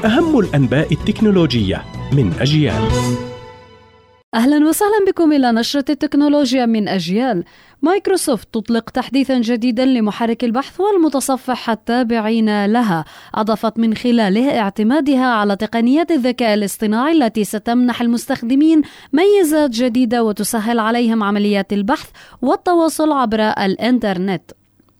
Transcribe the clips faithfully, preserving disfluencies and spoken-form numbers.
أهم الأنباء التكنولوجية من أجيال. أهلا وسهلا بكم إلى نشرة التكنولوجيا من أجيال. مايكروسوفت تطلق تحديثا جديدا لمحرك البحث والمتصفح التابعين لها، أضافت من خلاله اعتمادها على تقنيات الذكاء الاصطناعي التي ستمنح المستخدمين ميزات جديدة وتسهل عليهم عمليات البحث والتواصل عبر الإنترنت،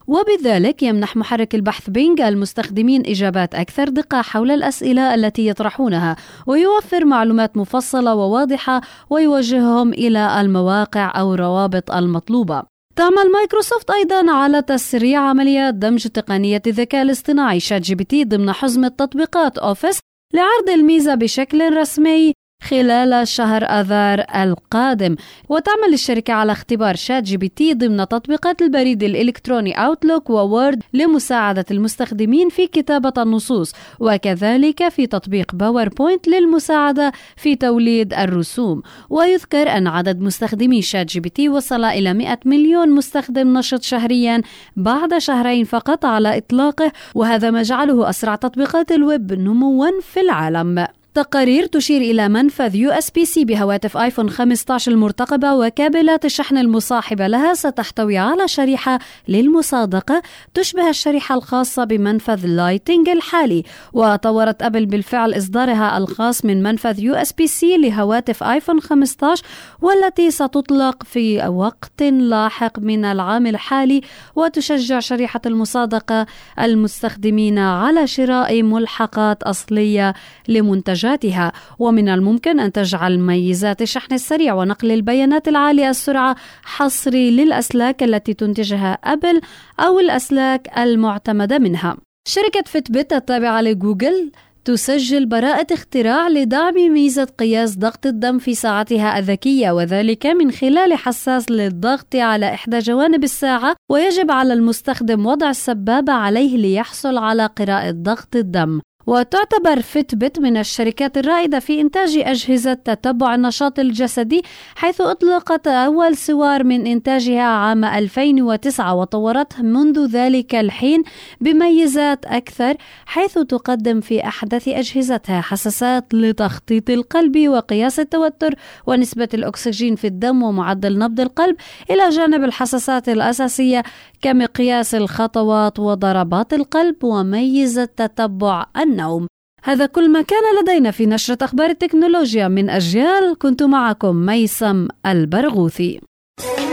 وبذلك يمنح محرك البحث بينج المستخدمين إجابات أكثر دقة حول الأسئلة التي يطرحونها، ويوفر معلومات مفصلة وواضحة ويوجههم إلى المواقع أو الروابط المطلوبة. تعمل مايكروسوفت أيضا على تسريع عمليات دمج تقنية الذكاء الاصطناعي شات جي بي تي ضمن حزمة تطبيقات أوفيس لعرض الميزة بشكل رسمي خلال شهر آذار القادم. وتعمل الشركة على اختبار شات جي بي تي ضمن تطبيقات البريد الإلكتروني أوتلوك ووورد لمساعدة المستخدمين في كتابة النصوص، وكذلك في تطبيق باوربوينت للمساعدة في توليد الرسوم. ويذكر أن عدد مستخدمي شات جي بي تي وصل إلى مئة مليون مستخدم نشط شهريا بعد شهرين فقط على إطلاقه، وهذا ما جعله أسرع تطبيقات الويب نموا في العالم. تقارير تشير إلى منفذ يو إس بي سي بهواتف آيفون خمسة عشر المرتقبة وكابلات الشحن المصاحبة لها ستحتوي على شريحة للمصادقة تشبه الشريحة الخاصة بمنفذ لايتنج الحالي. وطورت أبل بالفعل إصدارها الخاص من منفذ يو إس بي سي لهواتف آيفون خمسة عشر، والتي ستطلق في وقت لاحق من العام الحالي، وتشجع شريحة المصادقة المستخدمين على شراء ملحقات أصلية لمنتجات جاتها. ومن الممكن أن تجعل ميزات الشحن السريع ونقل البيانات العالية السرعة حصري للأسلاك التي تنتجها أبل أو الأسلاك المعتمدة منها. شركة فيتبت التابعة لجوجل تسجل براءة اختراع لدعم ميزة قياس ضغط الدم في ساعتها الذكية، وذلك من خلال حساس للضغط على إحدى جوانب الساعة، ويجب على المستخدم وضع السبابة عليه ليحصل على قراءة ضغط الدم. وتعتبر فيتبت من الشركات الرائدة في إنتاج أجهزة تتبع النشاط الجسدي، حيث أطلقت أول سوار من إنتاجها عام ألفين وتسعة، وطورته منذ ذلك الحين بميزات أكثر، حيث تقدم في أحدث أجهزتها حساسات لتخطيط القلب وقياس التوتر ونسبة الأكسجين في الدم ومعدل نبض القلب، إلى جانب الحساسات الأساسية كمقياس الخطوات وضربات القلب وميزة تتبع النوم. هذا كل ما كان لدينا في نشرة أخبار التكنولوجيا من أجيال. كنت معكم ميسم البرغوثي.